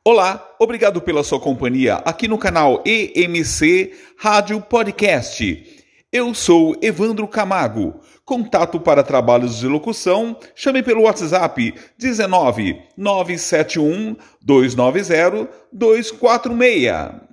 Olá, obrigado pela sua companhia aqui no canal EMC Rádio Podcast. Eu sou Evandro Camargo. Contato para trabalhos de locução, chame pelo WhatsApp 19 971 290 246.